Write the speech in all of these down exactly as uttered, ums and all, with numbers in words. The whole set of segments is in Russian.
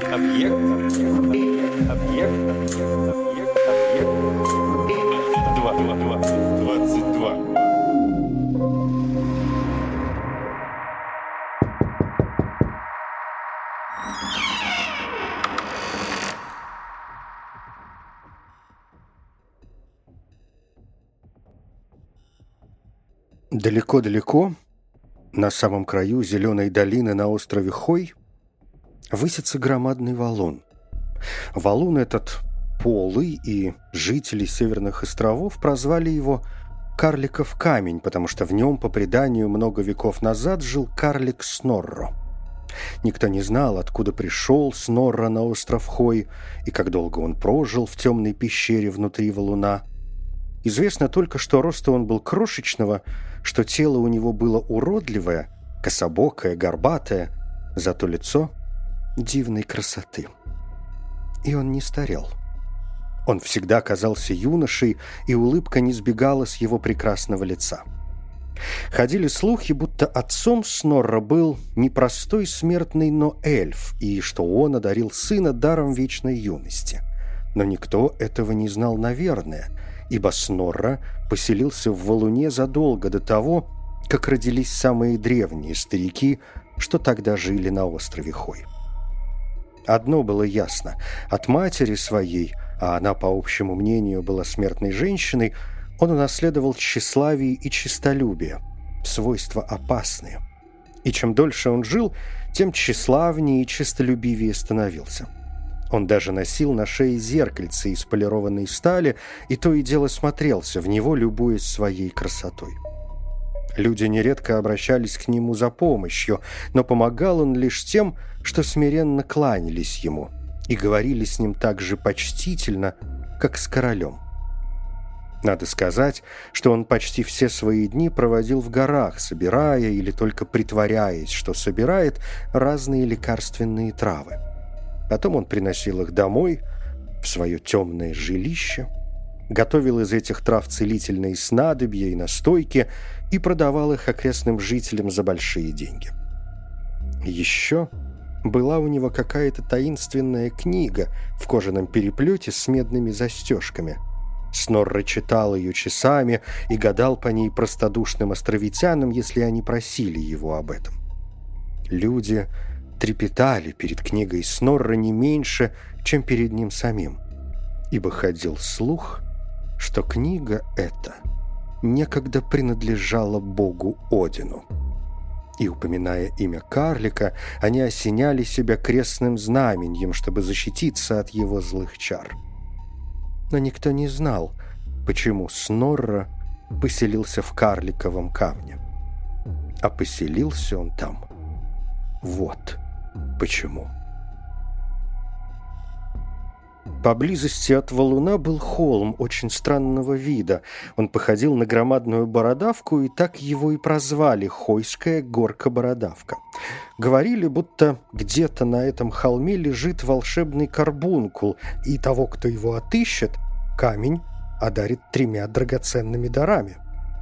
Объект. Объект. Объект. Объект. Объект. Два. Два. Два. Двадцать два. Далеко-далеко, на самом краю зеленой долины на острове Хой, высится громадный валун. Валун этот полый, и жители Северных островов прозвали его «Карликов камень», потому что в нем, по преданию, много веков назад жил карлик Снорро. Никто не знал, откуда пришел Снорро на остров Хой и как долго он прожил в темной пещере внутри валуна. Известно только, что роста он был крошечного, что тело у него было уродливое, кособокое, горбатое, зато лицо дивной красоты. И он не старел. Он всегда казался юношей, и улыбка не сбегала с его прекрасного лица. Ходили слухи, будто отцом Снорро был не простой смертный, но эльф, и что он одарил сына даром вечной юности. Но никто этого не знал, наверное, ибо Снорро поселился в валуне задолго до того, как родились самые древние старики, что тогда жили на острове Хой. Одно было ясно: от матери своей, а она, по общему мнению, была смертной женщиной, он унаследовал тщеславие и честолюбие, свойства опасные. И чем дольше он жил, тем тщеславнее и честолюбивее становился. Он даже носил на шее зеркальце из полированной стали и то и дело смотрелся в него, любуясь своей красотой. Люди нередко обращались к нему за помощью, но помогал он лишь тем, что смиренно кланялись ему и говорили с ним так же почтительно, как с королем. Надо сказать, что он почти все свои дни проводил в горах, собирая или только притворяясь, что собирает разные лекарственные травы. Потом он приносил их домой, в свое темное жилище, готовил из этих трав целительные снадобья и настойки и продавал их окрестным жителям за большие деньги. Еще была у него какая-то таинственная книга в кожаном переплете с медными застежками. Снорро читал ее часами и гадал по ней простодушным островитянам, если они просили его об этом. Люди трепетали перед книгой Снорро не меньше, чем перед ним самим, ибо ходил слух, что книга эта некогда принадлежала богу Одину. И, упоминая имя карлика, они осеняли себя крестным знаменем, чтобы защититься от его злых чар. Но никто не знал, почему Снорро поселился в Карликовом камне. А поселился он там вот почему. Поблизости от валуна был холм очень странного вида. Он походил на громадную бородавку, и так его и прозвали Хойская горка-бородавка. Говорили, будто где-то на этом холме лежит волшебный карбункул, и того, кто его отыщет, камень одарит тремя драгоценными дарами: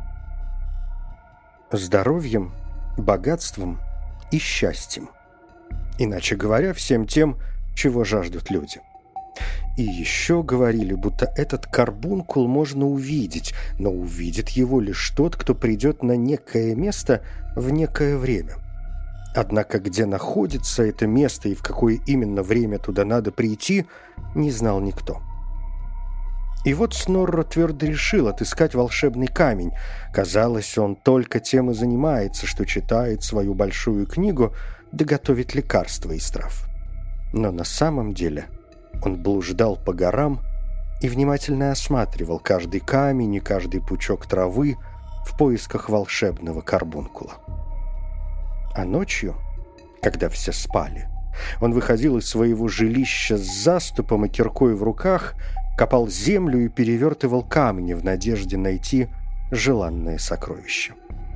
здоровьем, богатством и счастьем. Иначе говоря, всем тем, чего жаждут люди. И еще говорили, будто этот карбункул можно увидеть, но увидит его лишь тот, кто придет на некое место в некое время. Однако где находится это место и в какое именно время туда надо прийти, не знал никто. И вот Снорро твердо решил отыскать волшебный камень. Казалось, он только тем и занимается, что читает свою большую книгу да готовит лекарства из трав. Но на самом деле он блуждал по горам и внимательно осматривал каждый камень и каждый пучок травы в поисках волшебного карбункула. А ночью, когда все спали, он выходил из своего жилища с заступом и киркой в руках, копал землю и перевертывал камни в надежде найти желанное сокровище.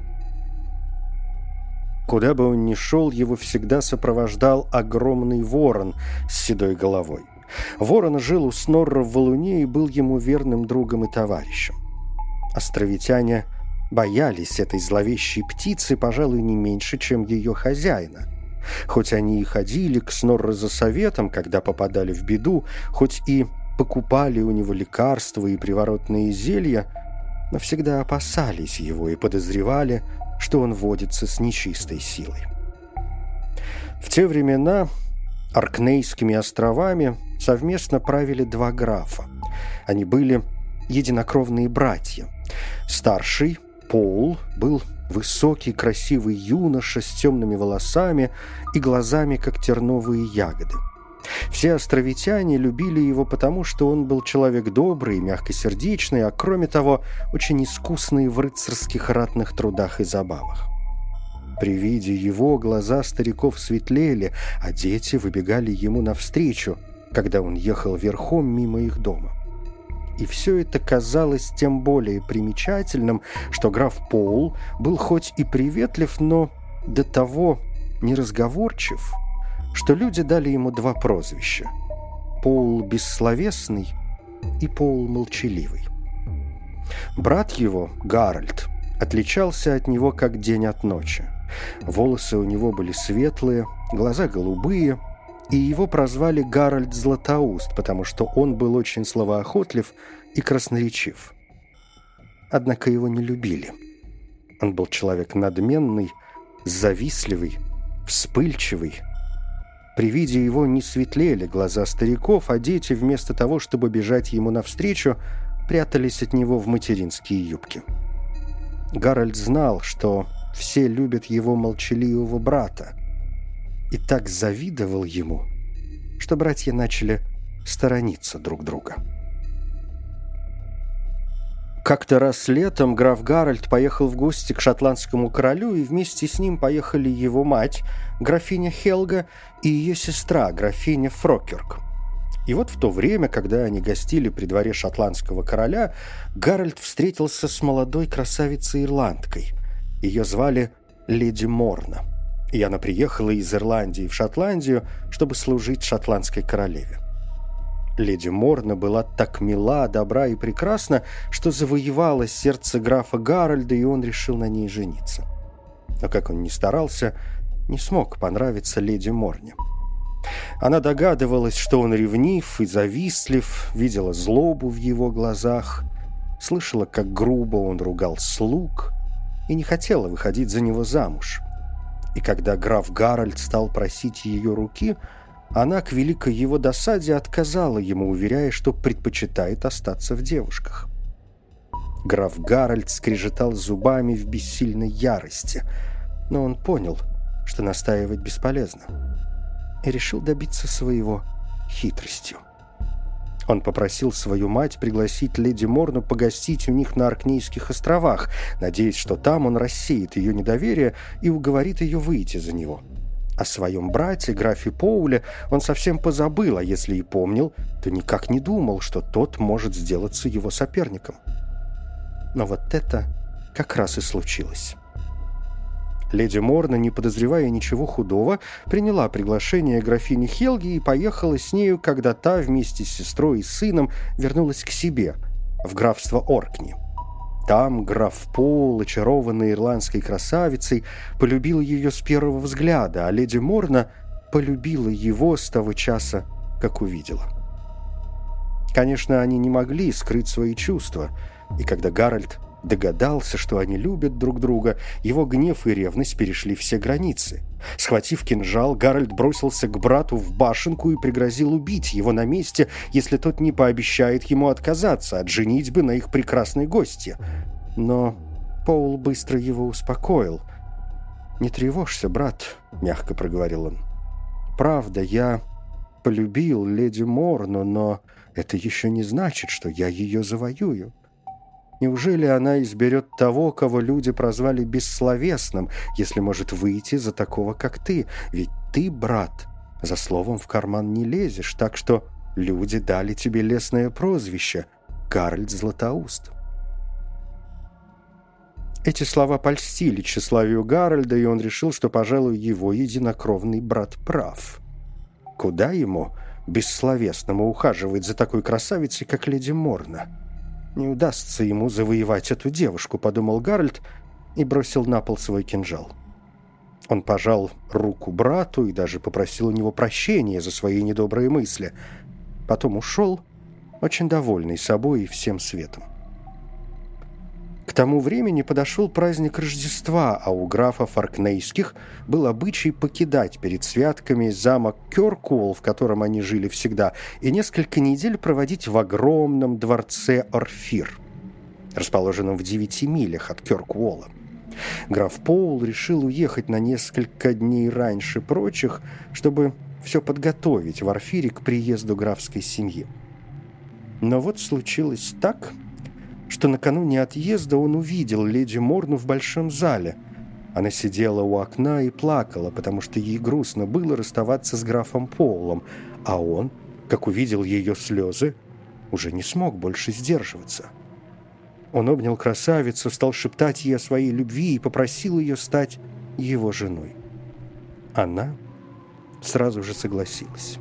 Куда бы он ни шел, его всегда сопровождал огромный ворон с седой головой. Ворон жил у Снорро в валуне и был ему верным другом и товарищем. Островитяне боялись этой зловещей птицы, пожалуй, не меньше, чем ее хозяина. Хоть они и ходили к Снорру за советом, когда попадали в беду, хоть и покупали у него лекарства и приворотные зелья, но всегда опасались его и подозревали, что он водится с нечистой силой. В те времена Оркнейскими островами совместно правили два графа. Они были единокровные братья. Старший, Поул, был высокий, красивый юноша с темными волосами и глазами, как терновые ягоды. Все островитяне любили его потому, что он был человек добрый и мягкосердечный, а кроме того, очень искусный в рыцарских ратных трудах и забавах. При виде его глаза стариков светлели, а дети выбегали ему навстречу, когда он ехал верхом мимо их дома. И все это казалось тем более примечательным, что граф Поул был хоть и приветлив, но до того неразговорчив, что люди дали ему два прозвища – Поул Бессловесный и Поул Молчаливый. Брат его, Гарольд, отличался от него как день от ночи. Волосы у него были светлые, глаза голубые, и его прозвали Гарольд Златоуст, потому что он был очень словоохотлив и красноречив. Однако его не любили. Он был человек надменный, завистливый, вспыльчивый. При виде его не светлели глаза стариков, а дети, вместо того, чтобы бежать ему навстречу, прятались от него в материнские юбки. Гарольд знал, что все любят его молчаливого брата, и так завидовал ему, что братья начали сторониться друг друга. Как-то раз летом граф Гарольд поехал в гости к шотландскому королю, и вместе с ним поехали его мать, графиня Хелга, и ее сестра, графиня Фрокерк. И вот в то время, когда они гостили при дворе шотландского короля, Гарольд встретился с молодой красавицей-ирландкой. Ее звали леди Морна, и она приехала из Ирландии в Шотландию, чтобы служить шотландской королеве. Леди Морна была так мила, добра и прекрасна, что завоевала сердце графа Гарольда, и он решил на ней жениться. Но как он ни старался, не смог понравиться леди Морне. Она догадывалась, что он ревнив и завистлив, видела злобу в его глазах, слышала, как грубо он ругал слуг, и не хотела выходить за него замуж. И когда граф Гарольд стал просить ее руки, она, к великой его досаде, отказала ему, уверяя, что предпочитает остаться в девушках. Граф Гарольд скрежетал зубами в бессильной ярости, но он понял, что настаивать бесполезно, и решил добиться своего хитростью. Он попросил свою мать пригласить леди Морну погостить у них на Оркнейских островах, надеясь, что там он рассеет ее недоверие и уговорит ее выйти за него. О своем брате, графе Поуле, он совсем позабыл, а если и помнил, то никак не думал, что тот может сделаться его соперником. Но вот это как раз и случилось. Леди Морна, не подозревая ничего худого, приняла приглашение графини Хелги и поехала с нею, когда та вместе с сестрой и сыном вернулась к себе, в графство Оркни. Там граф Поул, очарованный ирландской красавицей, полюбил ее с первого взгляда, а леди Морна полюбила его с того часа, как увидела. Конечно, они не могли скрыть свои чувства, и когда Гарольд догадался, что они любят друг друга, его гнев и ревность перешли все границы. Схватив кинжал, Гарольд бросился к брату в башенку и пригрозил убить его на месте, если тот не пообещает ему отказаться от женитьбы на их прекрасной гостье. Но Поул быстро его успокоил. «Не тревожься, брат», — мягко проговорил он. «Правда, я полюбил леди Морну, но это еще не значит, что я ее завоюю. Неужели она изберет того, кого люди прозвали бессловесным, если может выйти за такого, как ты? Ведь ты, брат, за словом в карман не лезешь, так что люди дали тебе лестное прозвище — Гарольд Златоуст». Эти слова польстили тщеславию Гарольда, и он решил, что, пожалуй, его единокровный брат прав. Куда ему, бессловесному, ухаживать за такой красавицей, как леди Морна? «Не удастся ему завоевать эту девушку», — подумал Гарольд и бросил на пол свой кинжал. Он пожал руку брату и даже попросил у него прощения за свои недобрые мысли. Потом ушел, очень довольный собой и всем светом. К тому времени подошел праздник Рождества, а у графов Оркнейских был обычай покидать перед святками замок Кёркуолл, в котором они жили всегда, и несколько недель проводить в огромном дворце Орфир, расположенном в девяти милях от Кёркуолла. Граф Поул решил уехать на несколько дней раньше прочих, чтобы все подготовить в Орфире к приезду графской семьи. Но вот случилось так, что накануне отъезда он увидел леди Морну в большом зале. Она сидела у окна и плакала, потому что ей грустно было расставаться с графом Поулом, а он, как увидел ее слезы, уже не смог больше сдерживаться. Он обнял красавицу, стал шептать ей о своей любви и попросил ее стать его женой. Она сразу же согласилась.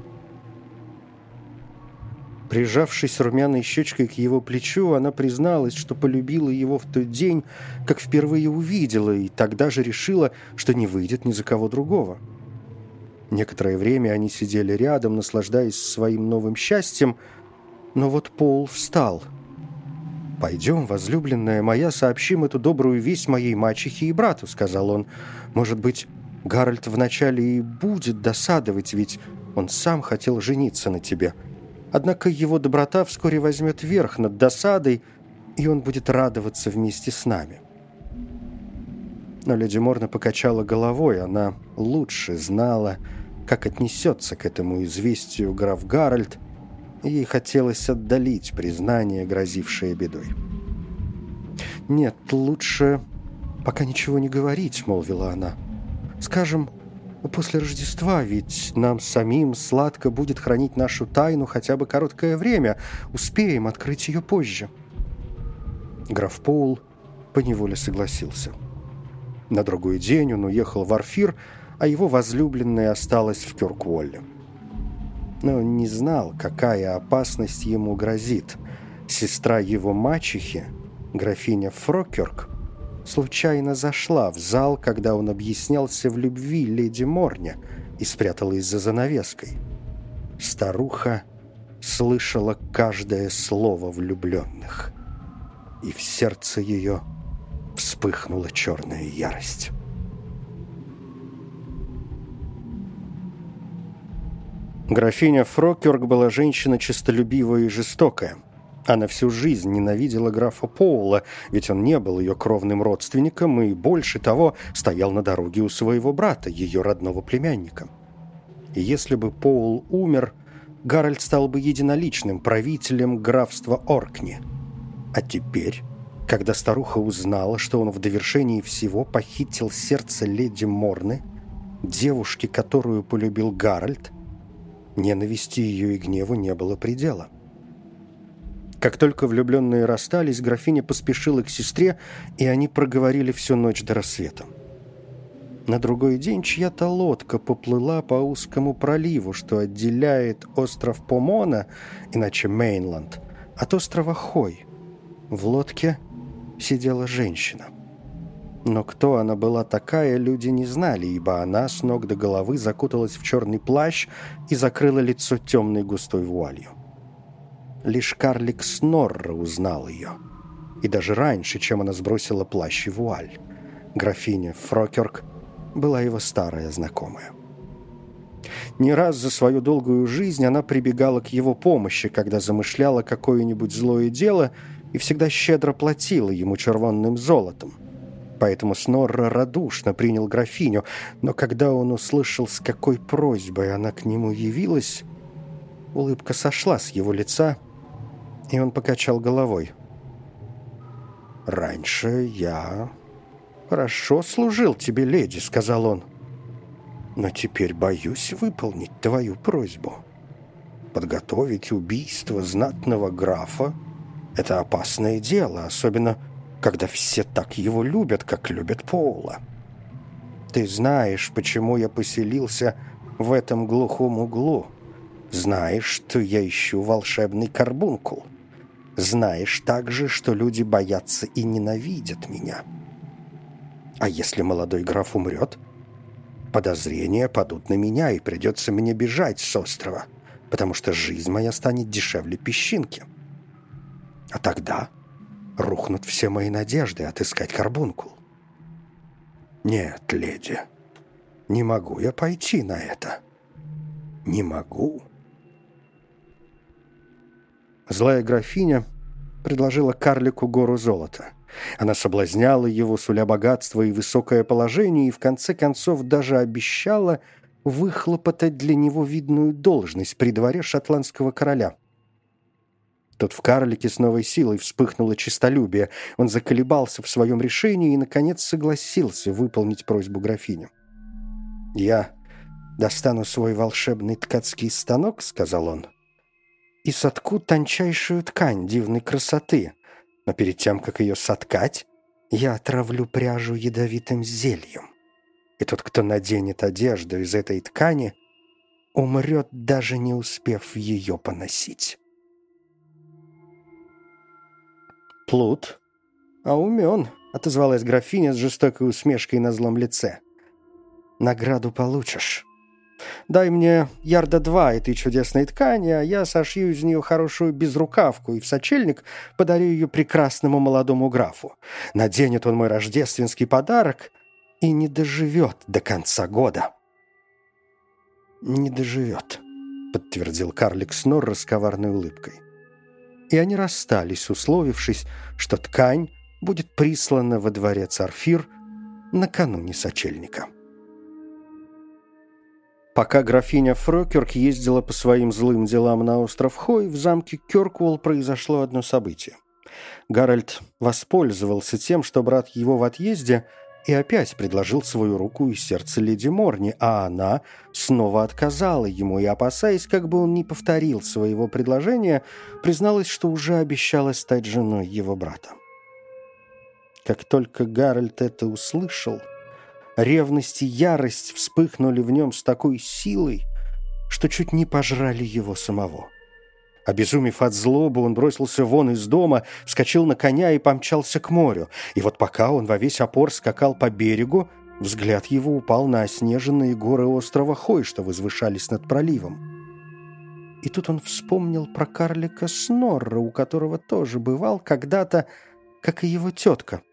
Прижавшись румяной щечкой к его плечу, она призналась, что полюбила его в тот день, как впервые увидела, и тогда же решила, что не выйдет ни за кого другого. Некоторое время они сидели рядом, наслаждаясь своим новым счастьем, но вот Поул встал. «Пойдем, возлюбленная моя, сообщим эту добрую весть моей мачехе и брату», — сказал он. «Может быть, Гарольд вначале и будет досадовать, ведь он сам хотел жениться на тебе. Однако его доброта вскоре возьмет верх над досадой, и он будет радоваться вместе с нами». Но леди Морна покачала головой. Она лучше знала, как отнесется к этому известию граф Гарольд, и ей хотелось отдалить признание, грозившее бедой. «Нет, лучше пока ничего не говорить», — молвила она. «Скажем, после Рождества, ведь нам самим сладко будет хранить нашу тайну хотя бы короткое время. Успеем открыть ее позже». Граф Поул поневоле согласился. На другой день он уехал в Орфир, а его возлюбленная осталась в Кёркуолле. Но он не знал, какая опасность ему грозит. Сестра его мачехи, графиня Фрокёрк, случайно зашла в зал, когда он объяснялся в любви леди Морне, и спряталась за занавеской. Старуха слышала каждое слово влюбленных, и в сердце ее вспыхнула черная ярость. Графиня Фрокёрк была женщина честолюбивая и жестокая. Она всю жизнь ненавидела графа Поула, ведь он не был ее кровным родственником и, больше того, стоял на дороге у своего брата, ее родного племянника. И если бы Поул умер, Гарольд стал бы единоличным правителем графства Оркни. А теперь, когда старуха узнала, что он в довершении всего похитил сердце леди Морны, девушки, которую полюбил Гарольд, ненависти ее и гневу не было предела. Как только влюбленные расстались, графиня поспешила к сестре, и они проговорили всю ночь до рассвета. На другой день чья-то лодка поплыла по узкому проливу, что отделяет остров Помона, иначе Мейнланд, от острова Хой. В лодке сидела женщина. Но кто она была такая, люди не знали, ибо она с ног до головы закуталась в черный плащ и закрыла лицо темной густой вуалью. Лишь карлик Снорра узнал ее, и даже раньше, чем она сбросила плащ и вуаль. Графиня Фрокёрк была его старая знакомая. Не раз за свою долгую жизнь она прибегала к его помощи, когда замышляла какое-нибудь злое дело, и всегда щедро платила ему червонным золотом. Поэтому Снорра радушно принял графиню, но когда он услышал, с какой просьбой она к нему явилась, улыбка сошла с его лица, и он покачал головой. «Раньше я хорошо служил тебе, леди», — сказал он, «но теперь боюсь выполнить твою просьбу. Подготовить убийство знатного графа — это опасное дело, особенно когда все так его любят, как любят Поула. Ты знаешь, почему я поселился в этом глухом углу. Знаешь, что я ищу волшебный карбункул. Знаешь также, что люди боятся и ненавидят меня. А если молодой граф умрет, подозрения падут на меня, и придется мне бежать с острова, потому что жизнь моя станет дешевле песчинки. А тогда рухнут все мои надежды отыскать карбункул. Нет, леди, не могу я пойти на это. Не могу. Злая графиня предложила карлику гору золота. Она соблазняла его, суля богатство и высокое положение, и в конце концов даже обещала выхлопотать для него видную должность при дворе шотландского короля. Тут в карлике с новой силой вспыхнуло честолюбие. Он заколебался в своем решении и, наконец, согласился выполнить просьбу графини. «Я достану свой волшебный ткацкий станок, — сказал он, — и сотку тончайшую ткань дивной красоты, но перед тем, как ее соткать, я отравлю пряжу ядовитым зельем. И тот, кто наденет одежду из этой ткани, умрет, даже не успев ее поносить». «Плут, а умен», — отозвалась графиня с жестокой усмешкой на злом лице. «Награду получишь. Дай мне ярда два этой чудесной ткани, а я сошью из нее хорошую безрукавку и в сочельник подарю ее прекрасному молодому графу. Наденет он мой рождественский подарок и не доживет до конца года». «Не доживет», — подтвердил карлик Снорра с коварной улыбкой. И они расстались, условившись, что ткань будет прислана во дворец Арфир накануне сочельника. Пока графиня Фрокерк ездила по своим злым делам на остров Хой, в замке Кёркуолл произошло одно событие. Гарольд воспользовался тем, что брат его в отъезде, и опять предложил свою руку и сердце леди Морни, а она снова отказала ему и, опасаясь, как бы он не повторил своего предложения, призналась, что уже обещала стать женой его брата. Как только Гарольд это услышал, ревность и ярость вспыхнули в нем с такой силой, что чуть не пожрали его самого. Обезумев от злобы, он бросился вон из дома, вскочил на коня и помчался к морю. И вот пока он во весь опор скакал по берегу, взгляд его упал на оснеженные горы острова Хой, что возвышались над проливом. И тут он вспомнил про карлика Снорра, у которого тоже бывал когда-то, как и его тетка.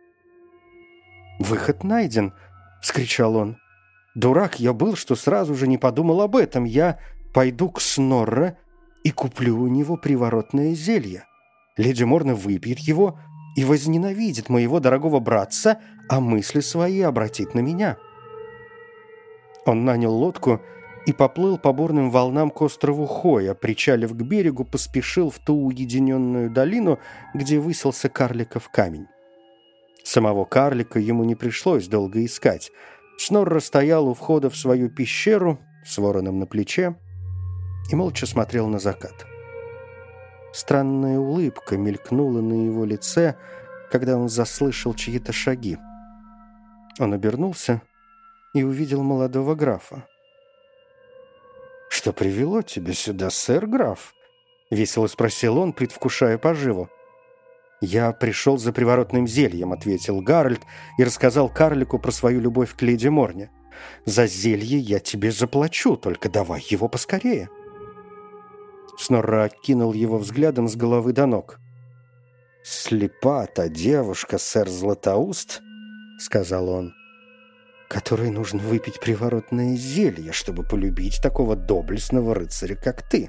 «Выход найден!» — вскричал он. «Дурак я был, что сразу же не подумал об этом. Я пойду к Снорра и куплю у него приворотное зелье. Леди Морна выпьет его и возненавидит моего дорогого братца, а мысли свои обратит на меня». Он нанял лодку и поплыл по бурным волнам к острову Хой, а, причалив к берегу, поспешил в ту уединенную долину, где высился карликов камень. Самого карлика ему не пришлось долго искать. Снорра стоял у входа в свою пещеру с вороном на плече и молча смотрел на закат. Странная улыбка мелькнула на его лице, когда он заслышал чьи-то шаги. Он обернулся и увидел молодого графа. «Что привело тебя сюда, сэр граф?» — весело спросил он, предвкушая поживу. «Я пришел за приворотным зельем», — ответил Гарольд и рассказал карлику про свою любовь к леди Морне. «За зелье я тебе заплачу, только давай его поскорее». Снорра окинул его взглядом с головы до ног. «Слепа та девушка, сэр Златоуст», — сказал он, — «которой нужно выпить приворотное зелье, чтобы полюбить такого доблестного рыцаря, как ты».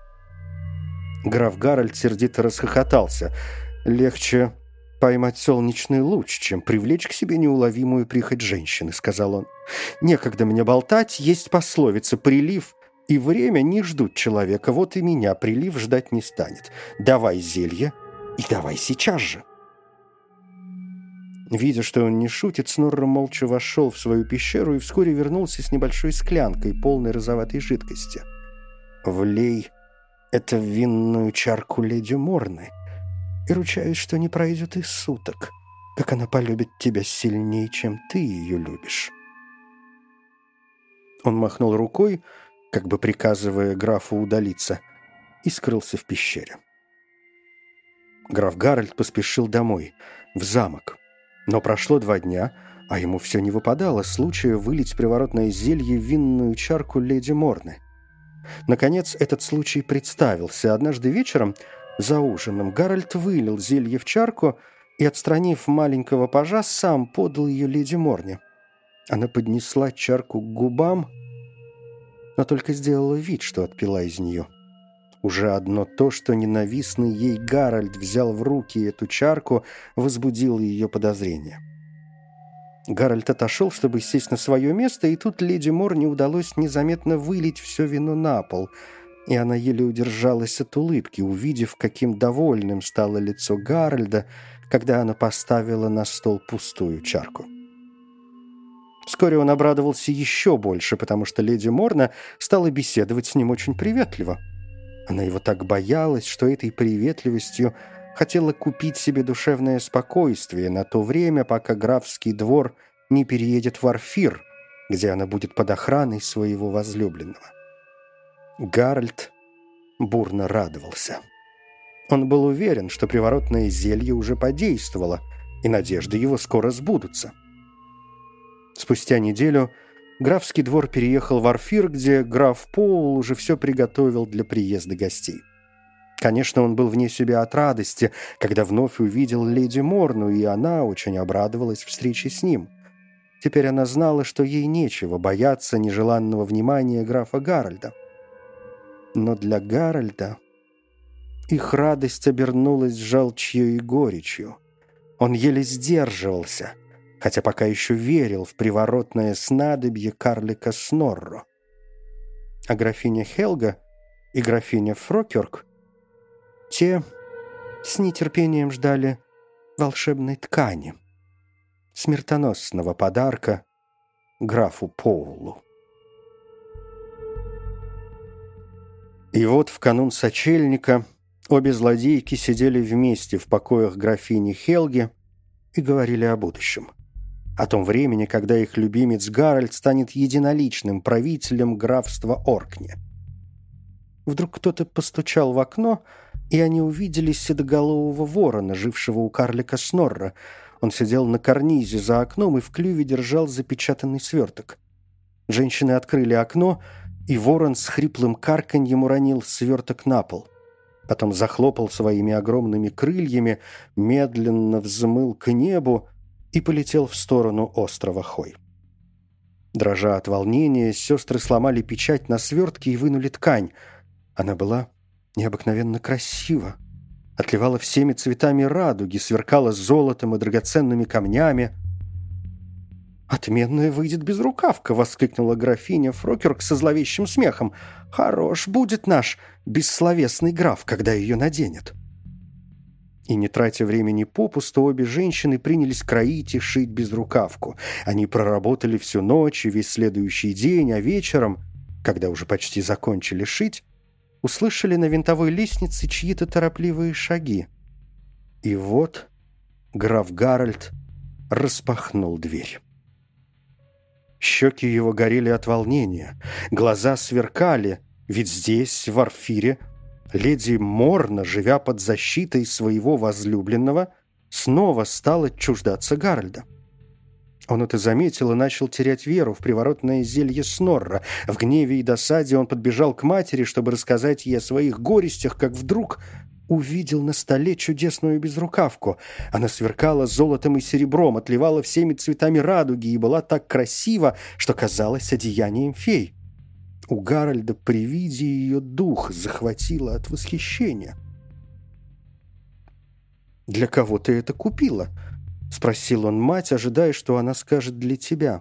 Граф Гарольд сердито расхохотался. «Легче поймать солнечный луч, чем привлечь к себе неуловимую прихоть женщины», — сказал он. «Некогда мне болтать, есть пословица: прилив и время не ждут человека, вот и меня прилив ждать не станет. Давай зелье и давай сейчас же». Видя, что он не шутит, Снорра молча вошел в свою пещеру и вскоре вернулся с небольшой склянкой, полной розоватой жидкости. «Влей это в винную чарку леди Морны, и ручаюсь, что не пройдет и суток, как она полюбит тебя сильнее, чем ты ее любишь». Он махнул рукой, как бы приказывая графу удалиться, и скрылся в пещере. Граф Гарольд поспешил домой, в замок. Но прошло два дня, а ему все не выпадало случая вылить приворотное зелье в винную чарку леди Морны. Наконец, этот случай представился. Однажды вечером за ужином Гарольд вылил зелье в чарку и, отстранив маленького пажа, сам подал ее леди Морне. Она поднесла чарку к губам, но только сделала вид, что отпила из нее. Уже одно то, что ненавистный ей Гарольд взял в руки эту чарку, возбудило ее подозрения. Гарольд отошел, чтобы сесть на свое место, и тут леди Морне удалось незаметно вылить все вино на пол, и она еле удержалась от улыбки, увидев, каким довольным стало лицо Гарольда, когда она поставила на стол пустую чарку. Вскоре он обрадовался еще больше, потому что леди Морна стала беседовать с ним очень приветливо. Она его так боялась, что этой приветливостью хотела купить себе душевное спокойствие на то время, пока графский двор не переедет в Арфир, где она будет под охраной своего возлюбленного. Гарольд бурно радовался. Он был уверен, что приворотное зелье уже подействовало, и надежды его скоро сбудутся. Спустя неделю графский двор переехал в Арфир, где граф Поул уже все приготовил для приезда гостей. Конечно, он был вне себя от радости, когда вновь увидел леди Морну, и она очень обрадовалась встрече с ним. Теперь она знала, что ей нечего бояться нежеланного внимания графа Гарольда. Но для Гарольда их радость обернулась желчью и горечью. Он еле сдерживался, хотя пока еще верил в приворотное снадобье карлика Снорро. А графиня Хелга и графиня Фрокерк, те с нетерпением ждали волшебной ткани, смертоносного подарка графу Поулу. И вот в канун сочельника обе злодейки сидели вместе в покоях графини Хелги и говорили о будущем. О том времени, когда их любимец Гарольд станет единоличным правителем графства Оркни. Вдруг кто-то постучал в окно, и они увидели седоголового ворона, жившего у карлика Снорра. Он сидел на карнизе за окном и в клюве держал запечатанный сверток. Женщины открыли окно, и ворон с хриплым карканьем уронил сверток на пол. Потом захлопал своими огромными крыльями, медленно взмыл к небу и полетел в сторону острова Хой. Дрожа от волнения, сестры сломали печать на свертке и вынули ткань. Она была необыкновенно красива, отливала всеми цветами радуги, сверкала золотом и драгоценными камнями. «Отменная выйдет безрукавка!» — воскликнула графиня Фрокерк со зловещим смехом. «Хорош будет наш бессловесный граф, когда ее наденет!» И, не тратя времени попусту, обе женщины принялись кроить и шить безрукавку. Они проработали всю ночь и весь следующий день, а вечером, когда уже почти закончили шить, услышали на винтовой лестнице чьи-то торопливые шаги. И вот граф Гарольд распахнул дверь. Щеки его горели от волнения, глаза сверкали, ведь здесь, в Арфире, леди Морна, живя под защитой своего возлюбленного, снова стала чуждаться Гарольда. Он это заметил и начал терять веру в приворотное зелье Снорра. В гневе и досаде он подбежал к матери, чтобы рассказать ей о своих горестях, как вдруг увидел на столе чудесную безрукавку. Она сверкала золотом и серебром, отливала всеми цветами радуги и была так красива, что казалась одеянием фей. У Гарольда при виде ее дух захватило от восхищения. «Для кого ты это купила?» — спросил он мать, ожидая, что она скажет «для тебя».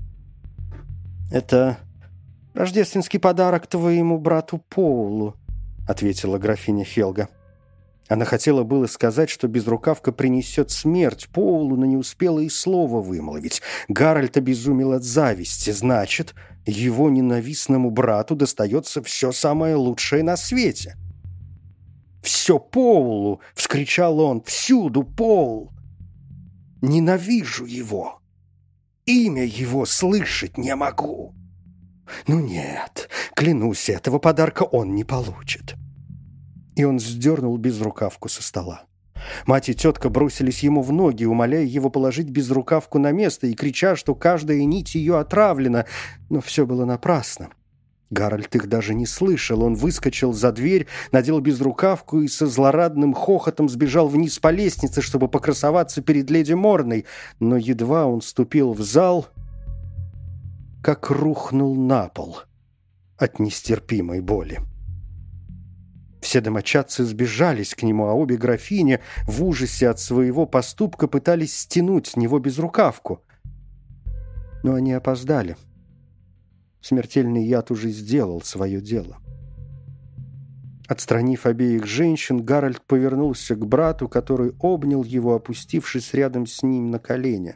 «Это рождественский подарок твоему брату Поулу», — ответила графиня Хелга. Она хотела было сказать, что безрукавка принесет смерть Поулу, но не успела и слова вымолвить. Гарольд обезумел от зависти. Значит, его ненавистному брату достается все самое лучшее на свете. «Все Поулу!» — вскричал он. «Всюду Поул! Ненавижу его! Имя его слышать не могу! Ну нет, клянусь, этого подарка он не получит!» И он сдернул безрукавку со стола. Мать и тетка бросились ему в ноги, умоляя его положить безрукавку на место и крича, что каждая нить ее отравлена. Но все было напрасно. Гарольд их даже не слышал. Он выскочил за дверь, надел безрукавку и со злорадным хохотом сбежал вниз по лестнице, чтобы покрасоваться перед леди Морной. Но едва он ступил в зал, как рухнул на пол от нестерпимой боли. Все домочадцы сбежались к нему, а обе графини в ужасе от своего поступка пытались стянуть с него безрукавку. Но они опоздали. Смертельный яд уже сделал свое дело. Отстранив обеих женщин, Гарольд повернулся к брату, который обнял его, опустившись рядом с ним на колени.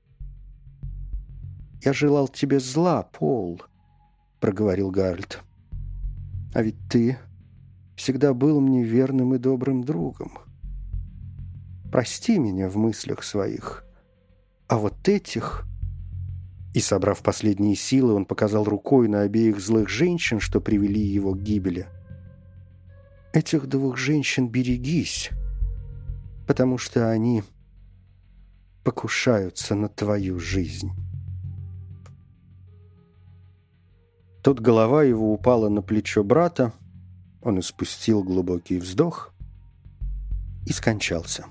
«Я желал тебе зла, Пол», — проговорил Гарольд. «А ведь ты всегда был мне верным и добрым другом. Прости меня в мыслях своих. А вот этих...» И, собрав последние силы, он показал рукой на обеих злых женщин, что привели его к гибели. «Этих двух женщин берегись, потому что они покушаются на твою жизнь». Тут голова его упала на плечо брата, он испустил глубокий вздох и скончался.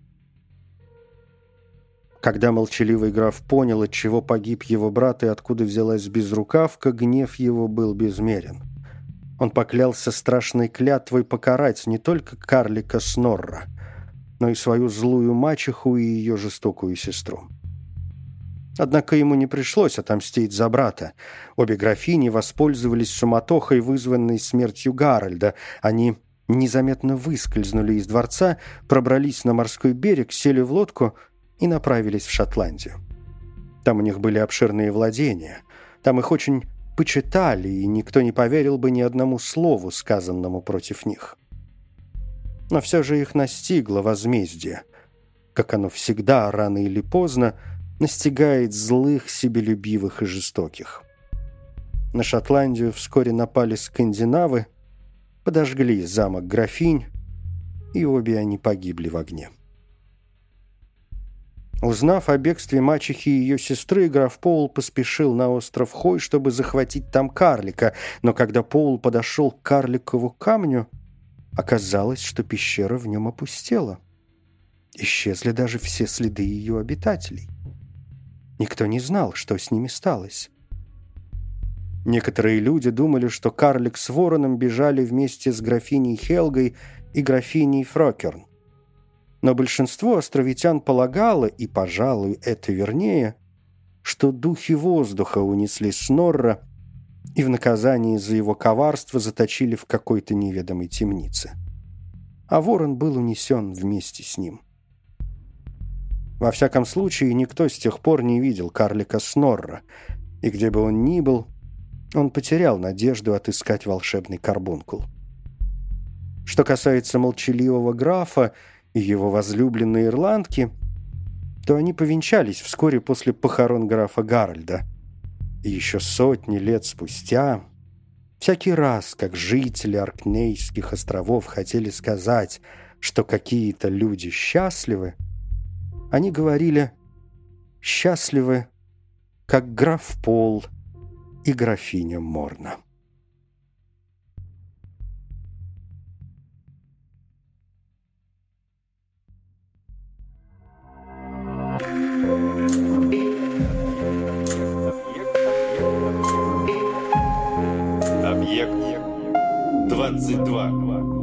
Когда молчаливый граф понял, от чего погиб его брат и откуда взялась безрукавка, гнев его был безмерен. Он поклялся страшной клятвой покарать не только карлика Снорра, но и свою злую мачеху и ее жестокую сестру. Однако ему не пришлось отомстить за брата. Обе графини воспользовались суматохой, вызванной смертью Гарольда. Они незаметно выскользнули из дворца, пробрались на морской берег, сели в лодку и направились в Шотландию. Там у них были обширные владения. Там их очень почитали, и никто не поверил бы ни одному слову, сказанному против них. Но все же их настигло возмездие, как оно всегда, рано или поздно, настигает злых, себелюбивых и жестоких. На Шотландию вскоре напали скандинавы, подожгли замок графинь, и обе они погибли в огне. Узнав о бегстве мачехи и ее сестры, граф Поул поспешил на остров Хой, чтобы захватить там карлика, но когда Поул подошел к карликову камню, оказалось, что пещера в нем опустела. Исчезли даже все следы ее обитателей. Никто не знал, что с ними сталось. Некоторые люди думали, что карлик с вороном бежали вместе с графиней Хелгой и графиней Фрокерн. Но большинство островитян полагало, и, пожалуй, это вернее, что духи воздуха унесли Снорра и в наказании за его коварство заточили в какой-то неведомой темнице. А ворон был унесен вместе с ним. Во всяком случае, никто с тех пор не видел карлика Снорра, и где бы он ни был, он потерял надежду отыскать волшебный карбункул. Что касается молчаливого графа и его возлюбленной ирландки, то они повенчались вскоре после похорон графа Гарольда. И еще сотни лет спустя, всякий раз, как жители Оркнейских островов хотели сказать, что какие-то люди счастливы, они говорили «счастливы, как граф Пол и графиня Морна». Объект двадцать два.